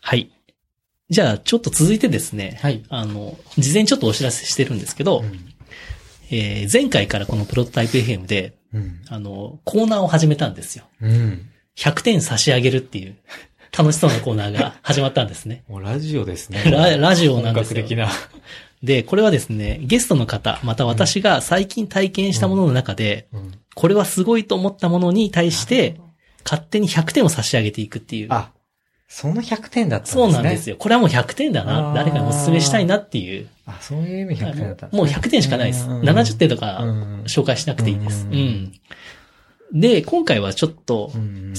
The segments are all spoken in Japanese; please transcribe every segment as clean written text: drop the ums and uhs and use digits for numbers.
はい。じゃあ、ちょっと続いてですね。 はい。 事前にちょっとお知らせしてるんですけど、前回からこのプロトタイプ FM で、コーナーを始めたんですよ。100点差し上げるっていう楽しそうなコーナーが始まったんですね。 もうラジオですね。 ラジオなんですよ。 本格的な。 で、これはですね、ゲストの方、また私が最近体験したものの中で、これはすごいと思ったものに対して、勝手に100点を差し上げていくっていう。 あ、その100点だったんですね。 そうなんですよ。これはもう100点だな。誰かにお勧めしたいなっていう。 あ、そういう意味100点だったんですね。 もう100点しかないです。70点とか紹介しなくていいです。で、今回はちょっと、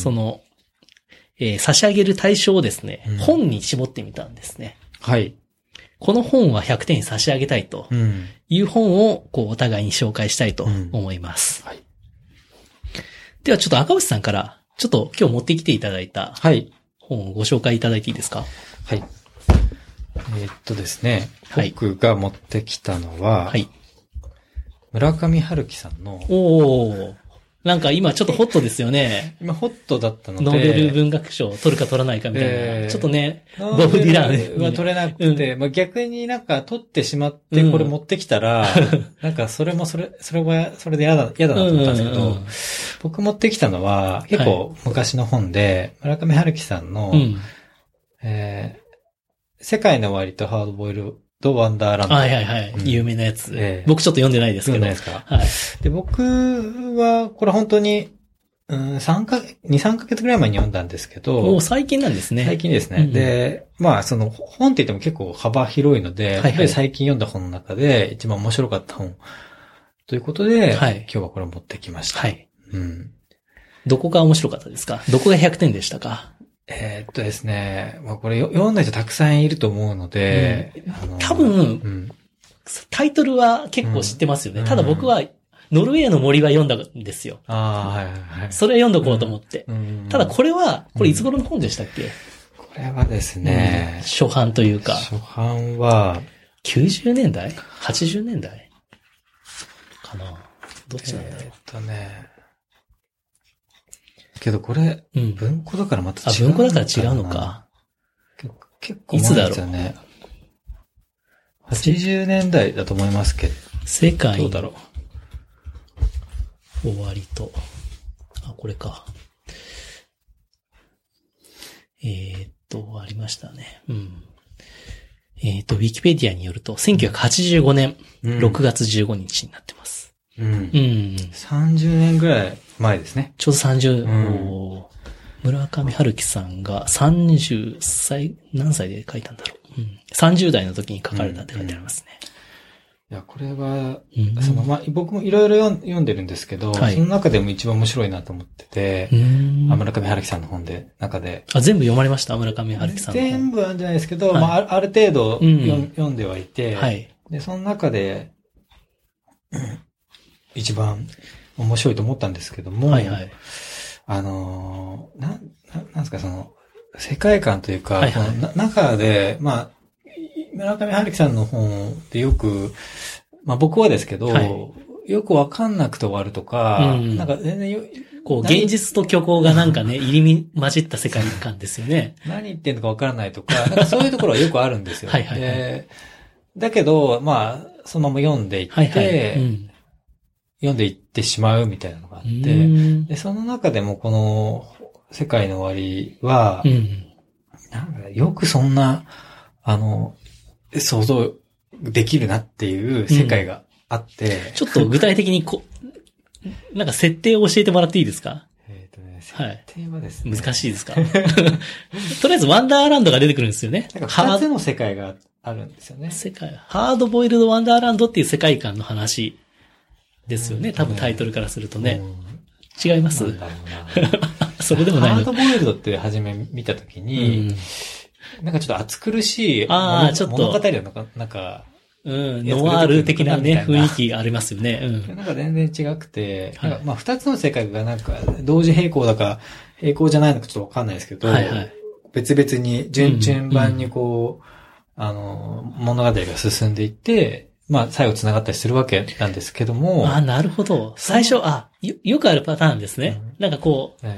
差し上げる対象をですね、本に絞ってみたんですね。 はい。 この本は100点差し上げたいという本をお互いに紹介したいと思います。はい、ではちょっと赤星さんからちょっと今日持ってきていただいた本をご紹介いただいていいですか？ はい。ですね、僕が持ってきたのは、村上春樹さんのなんか今ちょっとホットですよね。 今ホットだったので。 ノーベル文学賞を取るか取らないかみたいな。ちょっとね、 ボブ・ディランは取れなくて、逆になんか取ってしまってこれ持ってきたら、なんかそれはそれで嫌だなと思ったんですけど、僕持ってきたのは結構昔の本で、村上春樹さんの、世界の終わりとハードボイルドワンダーランド。 はいはいはい。有名なやつ。僕ちょっと読んでないですけど。 読んでないですか？で、僕は、これ本当に、2、3ヶ月ぐらい前に読んだんですけど。 最近なんですね。 最近ですね。で、まあ、その、本って言っても結構幅広いので、やっぱり最近読んだ本の中で一番面白かった本ということで、今日はこれを持ってきました。はい。 どこが面白かったですか？どこが100点でしたか？ ですね、まあこれ読んだ人たくさんいると思うので、 多分、タイトルは結構知ってますよね。ただ僕は、ノルウェーの森は読んだんですよ。それは読んどこうと思って。ただこれいつ頃の本でしたっけ？ これはですね、 初版というか。 初版は、 90年代 ?80 年代かな？どっちなんだろう。 けどこれ、文庫だからまた違う。 文庫だから違うのか。 結構前ですよね。80年代だと思いますけど。 世界の終わりと。これか。ありましたね。ウィキペディアによると、1985年6月15日になってます。 30年ぐらい前ですね。 ちょうど30、村上春樹さんが30歳、何歳で書いたんだろう。30代の時に書かれたって書いてありますね。 いや、これは、僕もいろいろ読んでるんですけど、その中でも一番面白いなと思ってて、村上春樹さんの本で、中で。 全部読まれました？村上春樹さんの本。 全部はじゃないですけど、ある程度読んではいて、で、その中で、一番面白いと思ったんですけども、なんですか、その、世界観というか、中で、村上春樹さんの本ってよく、僕はですけど、よくわかんなくて終わるとか、なんか全然現実と虚構がなんかね、入り混じった世界観ですよね。 何言ってんのかわからないとか、なんかそういうところはよくあるんですよ。だけど、そのまま読んでいって、読んでいってしまうみたいなのがあって、で、その中でもこの世界の終わりは、なんかよくそんな、想像できるなっていう世界があって。 ちょっと具体的になんか設定を教えてもらっていいですか？ 設定はですね。 難しいですか？とりあえずワンダーランドが出てくるんですよね。 なんか二つの世界があるんですよね。 ハードボイルドワンダーランドっていう世界観の話ですよね。多分タイトルからするとね。違います？ なんだろうな。 それでもないの。 ハードボイルドって初め見たときに、なんかちょっと暑苦しい物語のなんか、 ノワール的なね、雰囲気ありますよね。 なんか全然違くて、二つの世界がなんか同時並行だか、並行じゃないのかちょっとわかんないですけど、別々に順番に物語が進んでいって、最後繋がったりするわけなんですけども。 なるほど。最初、よくあるパターンですね。なんか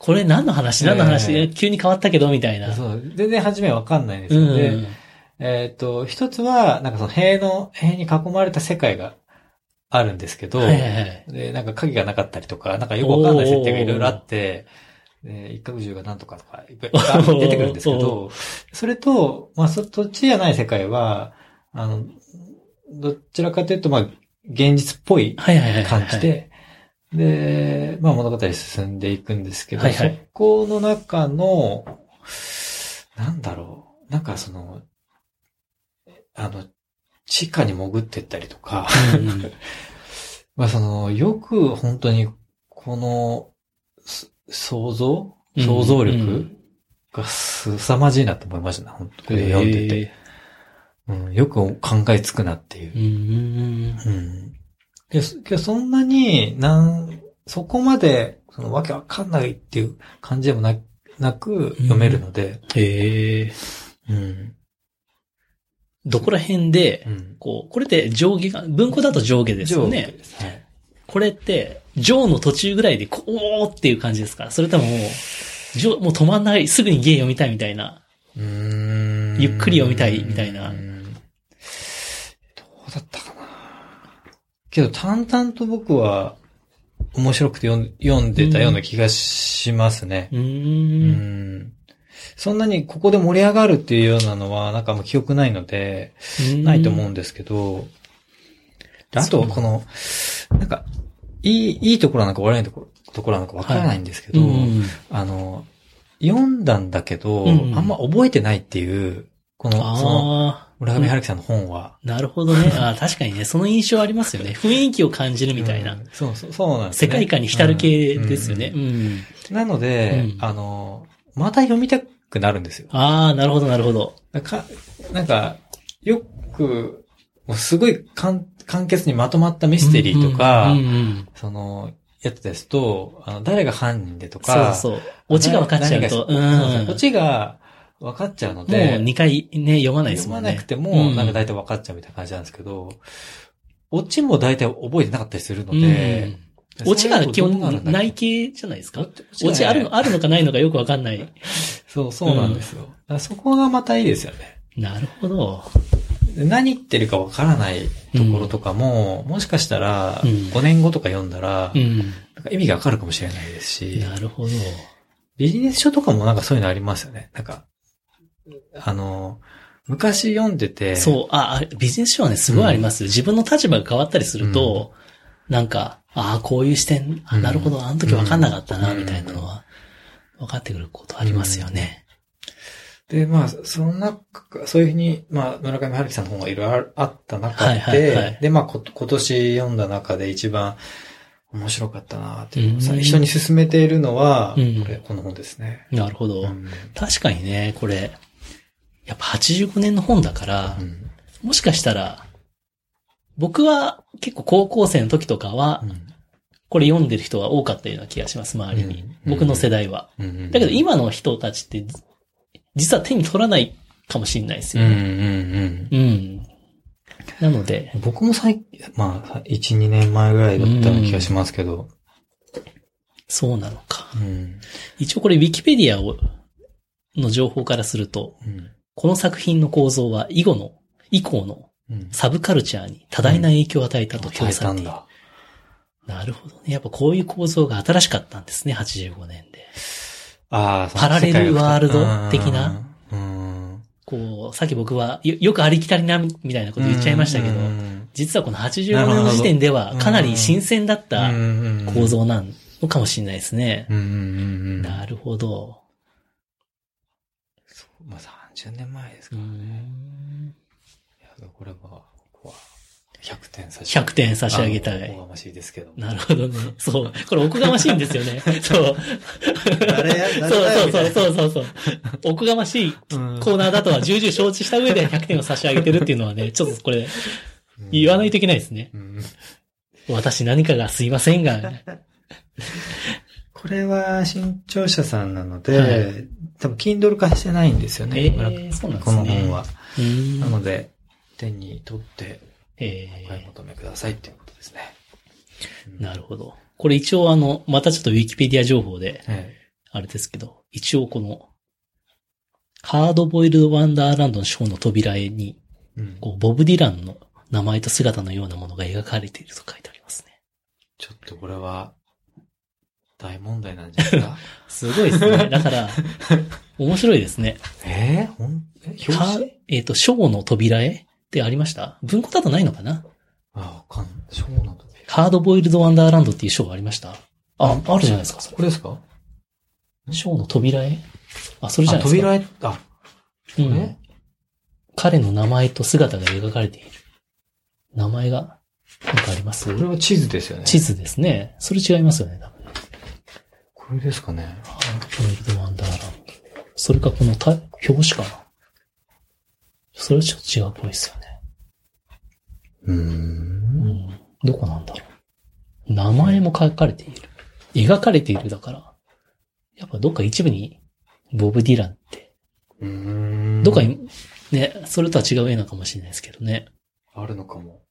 これ何の話急に変わったけど、みたいな。 そう。全然初めわかんないんですよね。一つは、なんかその塀に囲まれた世界があるんですけど、で、なんか鍵がなかったりとか、なんかよくわかんない設定がいろいろあって、一角獣がなんとかとか、いっぱい出てくるんですけど、それと、まあ、そっちじゃない世界は、どちらかというと、まあ、現実っぽい感じで、で、まあ物語進んでいくんですけど、そこの中の、なんだろう、なんかその、地下に潜ってったりとか、まあその、よく本当に、この、想像力が凄まじいなと思いましたね、本当これ読んでて。よく考えつくなっていう。けどそんなに、そこまで、そのわけわかんないっていう感じでもなく読めるので。 どこら辺で、これって上下が、文庫だと上下ですよね。上下です。はい。これって、上の途中ぐらいで、おーっていう感じですか？それとももう止まんない、すぐに芸読みたいみたいな。ゆっくり読みたいみたいな。どうだったかな。けど淡々と僕は面白くて読んでたような気がしますね。そんなにここで盛り上がるっていうようなのはなんかもう記憶ないので、ないと思うんですけど、あとこの、なんか、いいところなのか悪いところなのかわからないんですけど、読んだんだけど、あんま覚えてないっていう、その、村上春樹さんの本は。 なるほどね。確かにね、その印象ありますよね。雰囲気を感じるみたいな。 そうなんですね。世界観に浸る系ですよね。 なので、また読みたくなるんですよ。 なるほど、なるほど。 なんか、よく、すごい簡潔にまとまったミステリーとか、その、やつですと、誰が犯人でとか、 そう。オチが分かっちゃうと。 オチが分かっちゃうので、 もう2回ね、読まないですもんね。 読まなくても、なんか大体分かっちゃうみたいな感じなんですけど、オチも大体覚えてなかったりするので、 オチが基本ない系じゃないですか？オチあるのかないのかよく分かんない。 そうなんですよ。そこがまたいいですよね。 なるほど。 何言ってるかわからないところとかも、もしかしたら、5年後とか読んだら、なんか意味がわかるかもしれないですし。 なるほど。 ビジネス書とかもなんかそういうのありますよね。なんか、昔読んでて。 そう、ビジネス書はね、すごいあります。自分の立場が変わったりすると、なんか、こういう視点、なるほど、あの時わかんなかったな、みたいなのは、分かってくることありますよね。 で、まあ、そういうふうに、まあ、村上春樹さんの本がいろいろあった中で、で、まあ、今年読んだ中で一番面白かったなっていう、人に勧めているのは、この本ですね。 なるほど。確かにね、これ、やっぱ85年の本だから、もしかしたら、僕は結構高校生の時とかは、これ読んでる人が多かったような気がします、周りに。僕の世代は。だけど今の人たちって、実は手に取らないかもしれないですよね。なので。 僕もまあ、1、2年前ぐらいだったような気がしますけど。 そうなのか。一応これ、ウィキペディアの情報からすると、この作品の構造は以降のサブカルチャーに多大な影響を与えたと評されている。なるほどね。やっぱこういう構造が新しかったんですね、85年で。パラレルワールド的な。こう、さっき僕はよくありきたりな、みたいなこと言っちゃいましたけど、実はこの85年の時点ではかなり新鮮だった構造なのかもしれないですね。なるほど。 まあ、30年前ですからね。いや、これは、100点差し上げたい。 おこがましいですけど。 なるほどね。そう。これおこがましいんですよね。そう。そう。おこがましいコーナーだとは重々承知した上で100点を差し上げてるっていうのはね、ちょっとこれ、言わないといけないですね。私何かがすいませんが。 これは新潮社さんなので、多分 Kindle 化してないんですよね。 そうなんですね。 この本は。なので、手に取って、お買い求めくださいっていうことですね。 なるほど。これ一応またちょっとウィキペディア情報で、 あれですけど、一応この、ハードボイルドワンダーランドのショーの扉絵に、こうボブ・ディランの名前と姿のようなものが描かれていると書いてありますね。 ちょっとこれは、大問題なんじゃないですかすごいですね。だから、面白いですね。 表紙ショーの扉絵ってありました？文庫だとないのかな？ わかんない。ショーの扉絵。 ハードボイルドワンダーランドっていうショーありました？あるじゃないですか、それ。 これですか？ ショーの扉絵？それじゃないですか。 扉絵、これ？ 彼の名前と姿が描かれている。名前が、なんかあります？ これは地図ですよね。 地図ですね。それ違いますよね、多分。 これですかね。 ハードボイルドワンダーランド。それかこの表紙かな。それはちょっと違うっぽいですよね。どこなんだろう。名前も書かれている。描かれているだから。やっぱどっか一部に、ボブ・ディランって。どっかに、ね、それとは違う絵なのかもしれないですけどね。 あるのかも。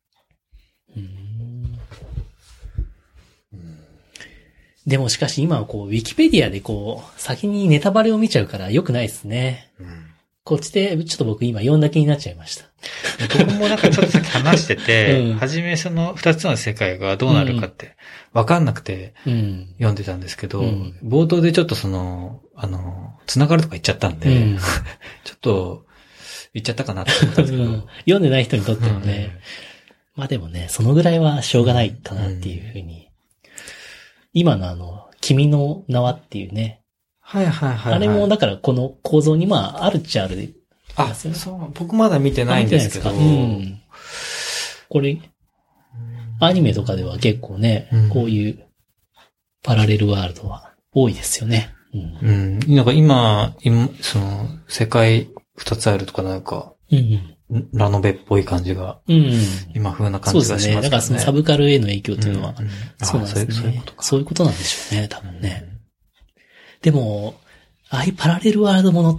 でもしかし今はこう、ウィキペディアでこう、先にネタバレを見ちゃうから良くないですね。こっちで、ちょっと僕今読んだ気になっちゃいました。 僕もなんかちょっとさっき話してて、初めその二つの世界がどうなるかって分かんなくて読んでたんですけど、冒頭でちょっと繋がるとか言っちゃったんで、ちょっと言っちゃったかなって思ったんですけど。 読んでない人にとってもね。まあでもね、そのぐらいはしょうがないかなっていうふうに。今の君の名はっていうね。 はいはいはい。 あれもだからこの構造にまああるっちゃある。 そう。僕まだ見てないんですけど。 これ、アニメとかでは結構ね、こういうパラレルワールドは多いですよね。 なんか今、その、世界二つあるとかなんか、ラノベっぽい感じが、今風な感じがしますね。 そうですね。だからそのサブカルへの影響というのは、そうなんですね。そういうことなんでしょうね、多分ね。でも、ああいうパラレルワールドものって、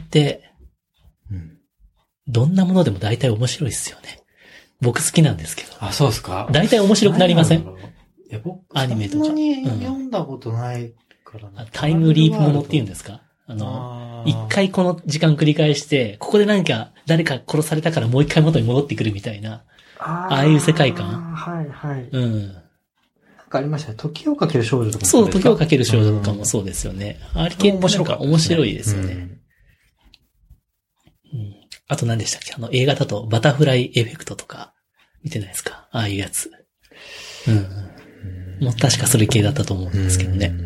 どんなものでも大体面白いですよね。僕好きなんですけど。 そうですか？ 大体面白くなりません？アニメとか。 そんなに読んだことないからな。 タイムリープものって言うんですか？一回この時間繰り返して、ここで何か誰か殺されたからもう一回元に戻ってくるみたいな。ああいう世界観。 はいはい。なんかありましたね。時をかける少女とかもそう、時をかける少女とかもそうですよね。あれ系面白いですよね。あと何でしたっけ？映画だとバタフライエフェクトとか見てないですか？ああいうやつ。もう確かそれ系だったと思うんですけどね。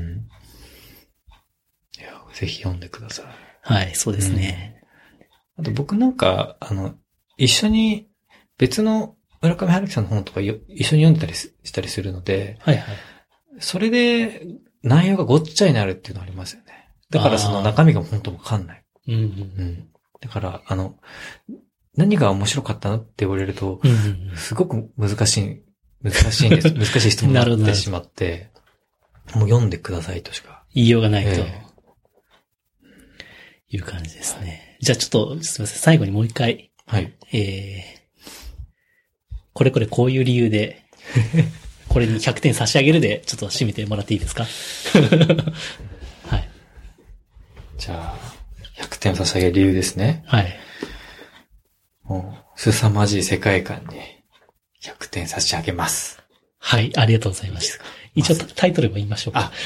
いや、ぜひ読んでください。 はい、そうですね。 あと僕なんか、一緒に別の村上春樹さんの本とか一緒に読んでたりしたりするので、それで内容がごっちゃになるっていうのありますよね。だからその中身が本当わかんない。だから、何が面白かったのって言われると、すごく難しいんです。難しい質問になってしまって、もう読んでくださいとしか。 言いようがないと。いう感じですね。じゃあちょっと、すみません。最後にもう一回。これこういう理由で、これに100点差し上げるで、ちょっと締めてもらっていいですか？はい。 じゃあ、100点差し上げる理由ですね。もう、凄まじい世界観に100点差し上げます。 はい、ありがとうございます。一応タイトルも言いましょうか。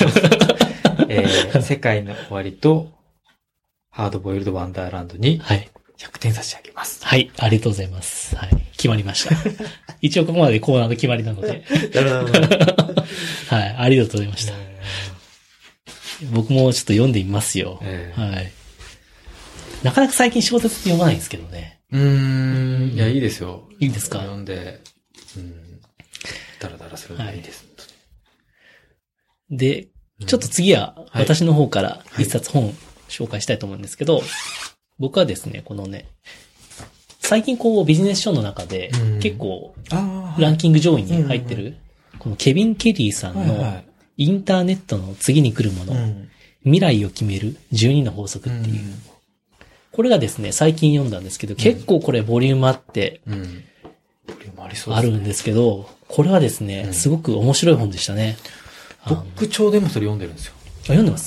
世界の終わりと、ハードボイルドワンダーランドに、100点差し上げます。 はい、ありがとうございます。はい、決まりました。一応ここまでコーナーの決まりなので。はい、ありがとうございました。僕もちょっと読んでみますよ。はい。なかなか最近小説って読まないんですけどね。 いや、いいですよ。 いいですか？ 読んで、ダラダラするのがいいです。 で、ちょっと次は私の方から一冊本紹介したいと思うんですけど、僕はですね、このね、最近こうビジネス書の中で結構ランキング上位に入ってる、このケビン・ケリーさんのインターネットの次に来るもの、未来を決める12の法則っていう。これがですね、最近読んだんですけど、結構これボリュームあって、あるんですけど、これはですね、すごく面白い本でしたね。 僕ちょうど今それ読んでるんですよ。 読んでます？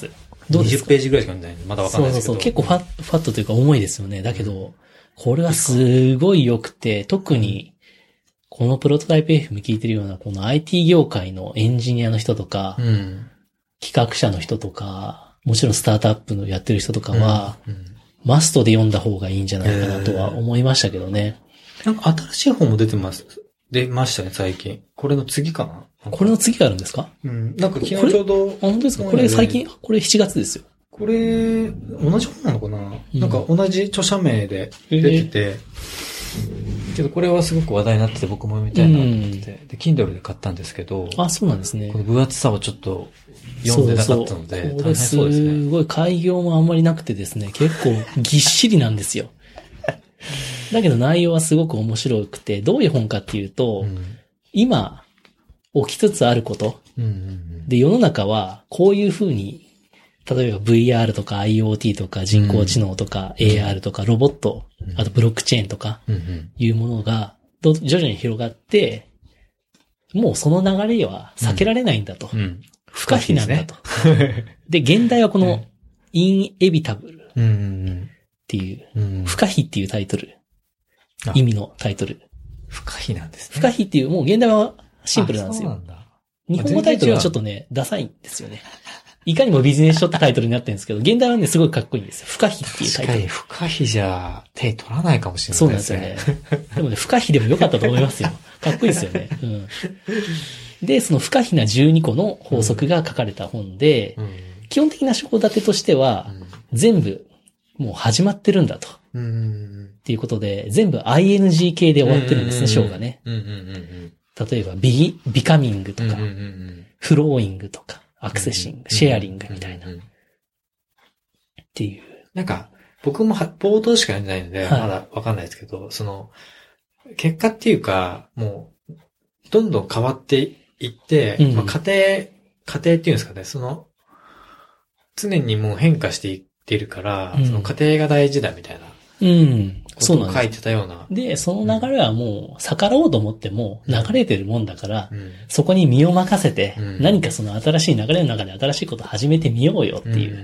どうですか？ 20ページぐらいしか読んでないんで、まだわかんないですけど。 そう結構ファットというか重いですよね。だけど、これがすごい良くて、特に、このプロトタイプ FM 聞いてるような、この IT 業界のエンジニアの人とか、企画者の人とか、もちろんスタートアップのやってる人とかは、マストで読んだ方がいいんじゃないかなとは思いましたけどね。 なんか新しい本も出ましたね、最近。これの次かな？ これの次があるんですか？ なんか昨日ちょうど。 本当ですか？これ最近、これ7月ですよ。 これ、同じ本なのかな？なんか同じ著者名で出てて、けどこれはすごく話題になってて僕も読みたいなと思ってて、で、Kindle で買ったんですけど、 あ、そうなんですね。 この分厚さをちょっと読んでなかったので、 これすごい開業もあんまりなくてですね、結構ぎっしりなんですよ。だけど内容はすごく面白くて、どういう本かっていうと、今起きつつあること、で、世の中はこういう風に、例えば VR とか IoT とか人工知能とか AR とかロボット、あとブロックチェーンとかいうものが徐々に広がって、もうその流れは避けられないんだと。不可避なんだと。で、現代はこのインエビタブルっていう、不可避っていうタイトル。意味のタイトル。 不可避なんですね。 不可避っていう、もう現代はシンプルなんですよ。日本語タイトルはちょっとね、ダサいんですよね。いかにもビジネス書ってタイトルになってるんですけど、現代はね、すごいかっこいいんですよ。不可避っていうタイトル。 確かに不可避じゃ手取らないかもしれないですね。 そうなんですよね。でもね、不可避でもよかったと思いますよ。かっこいいですよね。で、その不可避な12個の法則が書かれた本で、基本的な章立てとしては、全部もう始まってるんだと。っていうことで、全部 ING 系で終わってるんですね、章がね。例えば、ビカミングとか、フローイングとか、アクセシング、シェアリングみたいな。っていう。 なんか、僕も冒頭しか読んでないので、まだわかんないですけど、その、結果っていうか、もう、どんどん変わっていって、まあ、家庭っていうんですかね、その、常にもう変化していっているから、その家庭が大事だみたいな。ことを書いてたような。 で、その流れはもう逆らおうと思っても流れてるもんだから、そこに身を任せて、何かその新しい流れの中で新しいことを始めてみようよっていう、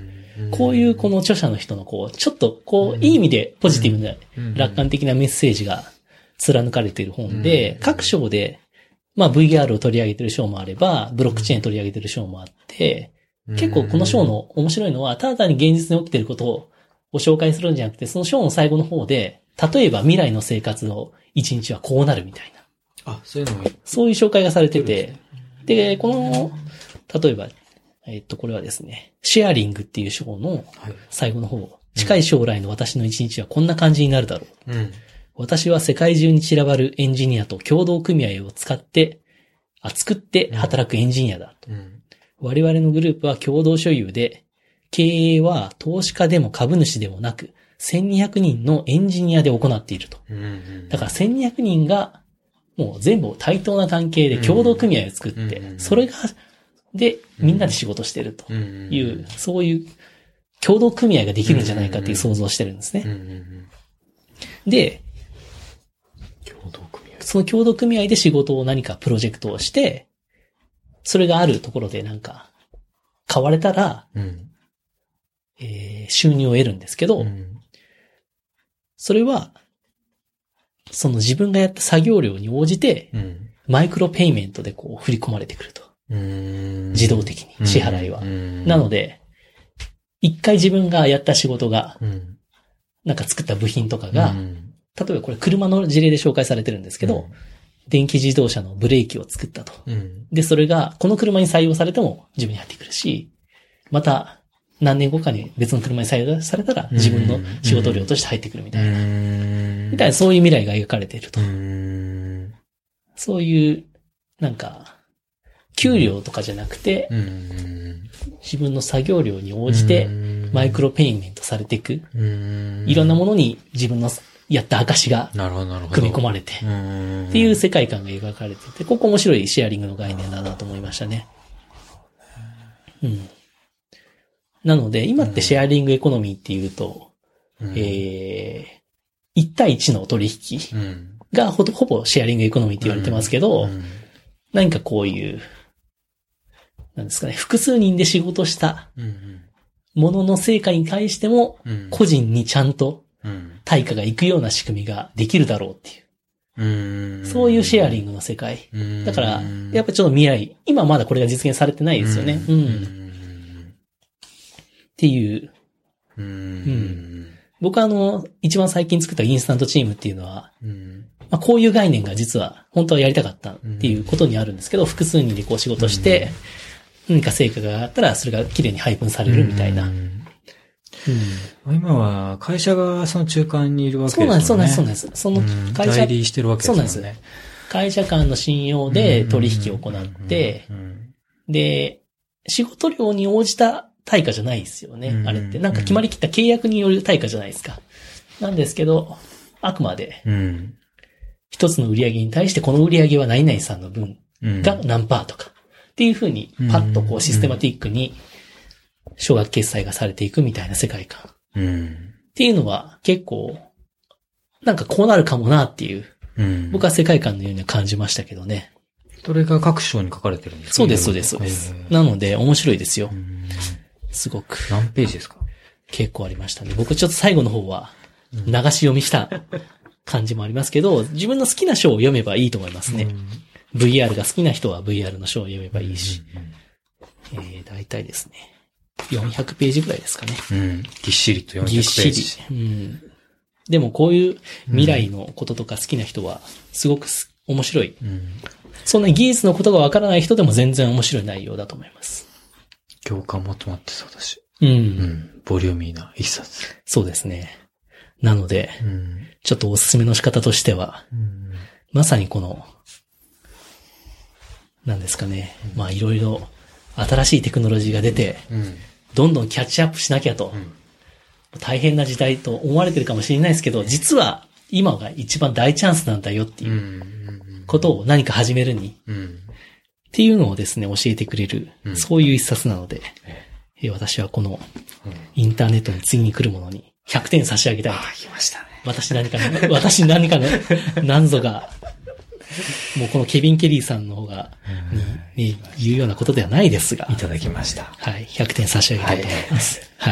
こういうこの著者の人のこう、ちょっとこう、いい意味でポジティブな楽観的なメッセージが貫かれている本で、各章で、まあ VR を取り上げてる章もあれば、ブロックチェーン取り上げてる章もあって、結構この章の面白いのは、ただ単に現実に起きていることをご紹介するんじゃなくて、その章の最後の方で、例えば未来の生活の一日はこうなるみたいな。 あ、そういうのもそういう紹介がされてて、で、この、例えば、これはですね、シェアリングっていう章の最後の方、近い将来の私の一日はこんな感じになるだろう。私は世界中に散らばるエンジニアと協同組合を作って働くエンジニアだと。我々のグループは共同所有で、経営は投資家でも株主でもなく、1200人のエンジニアで行っていると。だから1200人がもう全部対等な関係で共同組合を作って、それが、で、みんなで仕事してるという、そういう共同組合ができるんじゃないかっていう想像をしてるんですね。で、その共同組合で仕事を何かプロジェクトをして、それがあるところでなんか買われたら、収入を得るんですけど、それは、その自分がやった作業量に応じて、マイクロペイメントでこう振り込まれてくると。自動的に支払いは。なので、一回自分がやった仕事が、なんか作った部品とかが、例えばこれ車の事例で紹介されてるんですけど、電気自動車のブレーキを作ったと。で、それがこの車に採用されても自分に入ってくるし、また何年後かに別の車に採用されたら自分の仕事量として入ってくるみたいな。みたいなそういう未来が描かれていると。そういう、なんか、給料とかじゃなくて、自分の作業量に応じてマイクロペイメントされていく。いろんなものに自分のやった証が組み込まれてっていう世界観が描かれてて、ここ面白いシェアリングの概念だなと思いましたね。なので今ってシェアリングエコノミーっていうと、1対1の取引がほぼシェアリングエコノミーって言われてますけど、何かこういうなんですかね、複数人で仕事したものの成果に対しても、個人にちゃんと対価がいくような仕組みができるだろうっていう。そういうシェアリングの世界。だから、やっぱちょっと未来、今まだこれが実現されてないですよね。っていう。僕は一番最近作ったインスタントチームっていうのは、まあ、こういう概念が実は本当はやりたかったっていうことにあるんですけど、複数人でこう仕事して、何か成果があったらそれが綺麗に配分されるみたいな。 今は会社がその中間にいるわけですよね。 そうなんです。その会社、 代理してるわけですよね。 そうなんです。会社間の信用で取引を行って、で、仕事量に応じた対価じゃないですよね。あれって。なんか決まりきった契約による対価じゃないですか。なんですけど、あくまで、一つの売り上げに対してこの売り上げは何々さんの分が何パーとか。っていう風に、パッとこうシステマティックに、少額決済がされていくみたいな世界観。っていうのは結構、なんかこうなるかもなっていう、僕は世界観のようには感じましたけどね。 それが各章に書かれてるんですか？ そうです。なので面白いですよ。すごく。 何ページですか？ 結構ありましたね。僕ちょっと最後の方は、流し読みした感じもありますけど、自分の好きな章を読めばいいと思いますね。VR が好きな人は VR の章を読めばいいし。だいたいですね。400ページぐらいですかね。 ぎっしりと400ページ。ぎっしり。でもこういう未来のこととか好きな人は、すごく面白い。そんな技術のことがわからない人でも全然面白い内容だと思います。 共感も止まってそうだし。ボリューミーな一冊。 そうですね。なので、ちょっとおすすめの仕方としては、まさにこの、なんですかね。まあいろいろ新しいテクノロジーが出て、どんどんキャッチアップしなきゃと、大変な時代と思われてるかもしれないですけど、実は今が一番大チャンスなんだよっていうことを何か始めるに、っていうのをですね、教えてくれる、そういう一冊なので、私はこのインターネットに次に来るものに100点差し上げたい。 来ましたね。 私何かの、何ぞが、もうこのケビン・ケリーさんの方が、言うようなことではないですが。 いただきました。 はい。100点差し上げたいと思います。はい。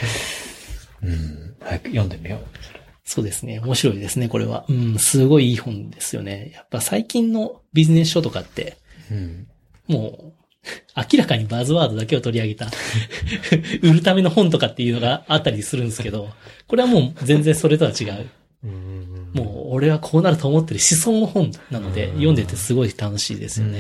早く読んでみよう。 そうですね。面白いですね、これは。すごいいい本ですよね。やっぱ最近のビジネス書とかって、もう、明らかにバズワードだけを取り上げた、売るための本とかっていうのがあったりするんですけど、これはもう全然それとは違う。もう俺はこうなると思ってる思想の本なので、読んでてすごい楽しいですよね。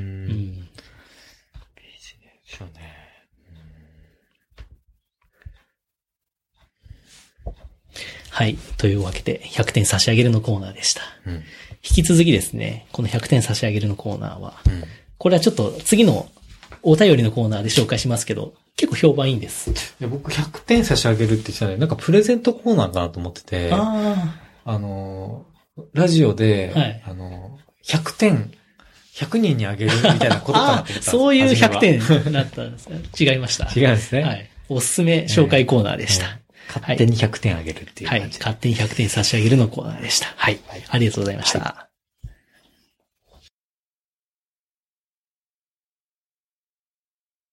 はい。というわけで、100点差し上げるのコーナーでした。引き続きですね、この100点差し上げるのコーナーは、これはちょっと次のお便りのコーナーで紹介しますけど、結構評判いいんです。 いや僕100点差し上げるって言ってたら、なんかプレゼントコーナーかなと思ってて、ラジオで、100点、100人にあげるみたいなことかなと思ったんです。 そういう100点だったんですね。違いました。 違うんですね。 はい。おすすめ紹介コーナーでした。 勝手に100点あげるっていう感じ。 はい。勝手に100点差し上げるのコーナーでした。はい。ありがとうございました。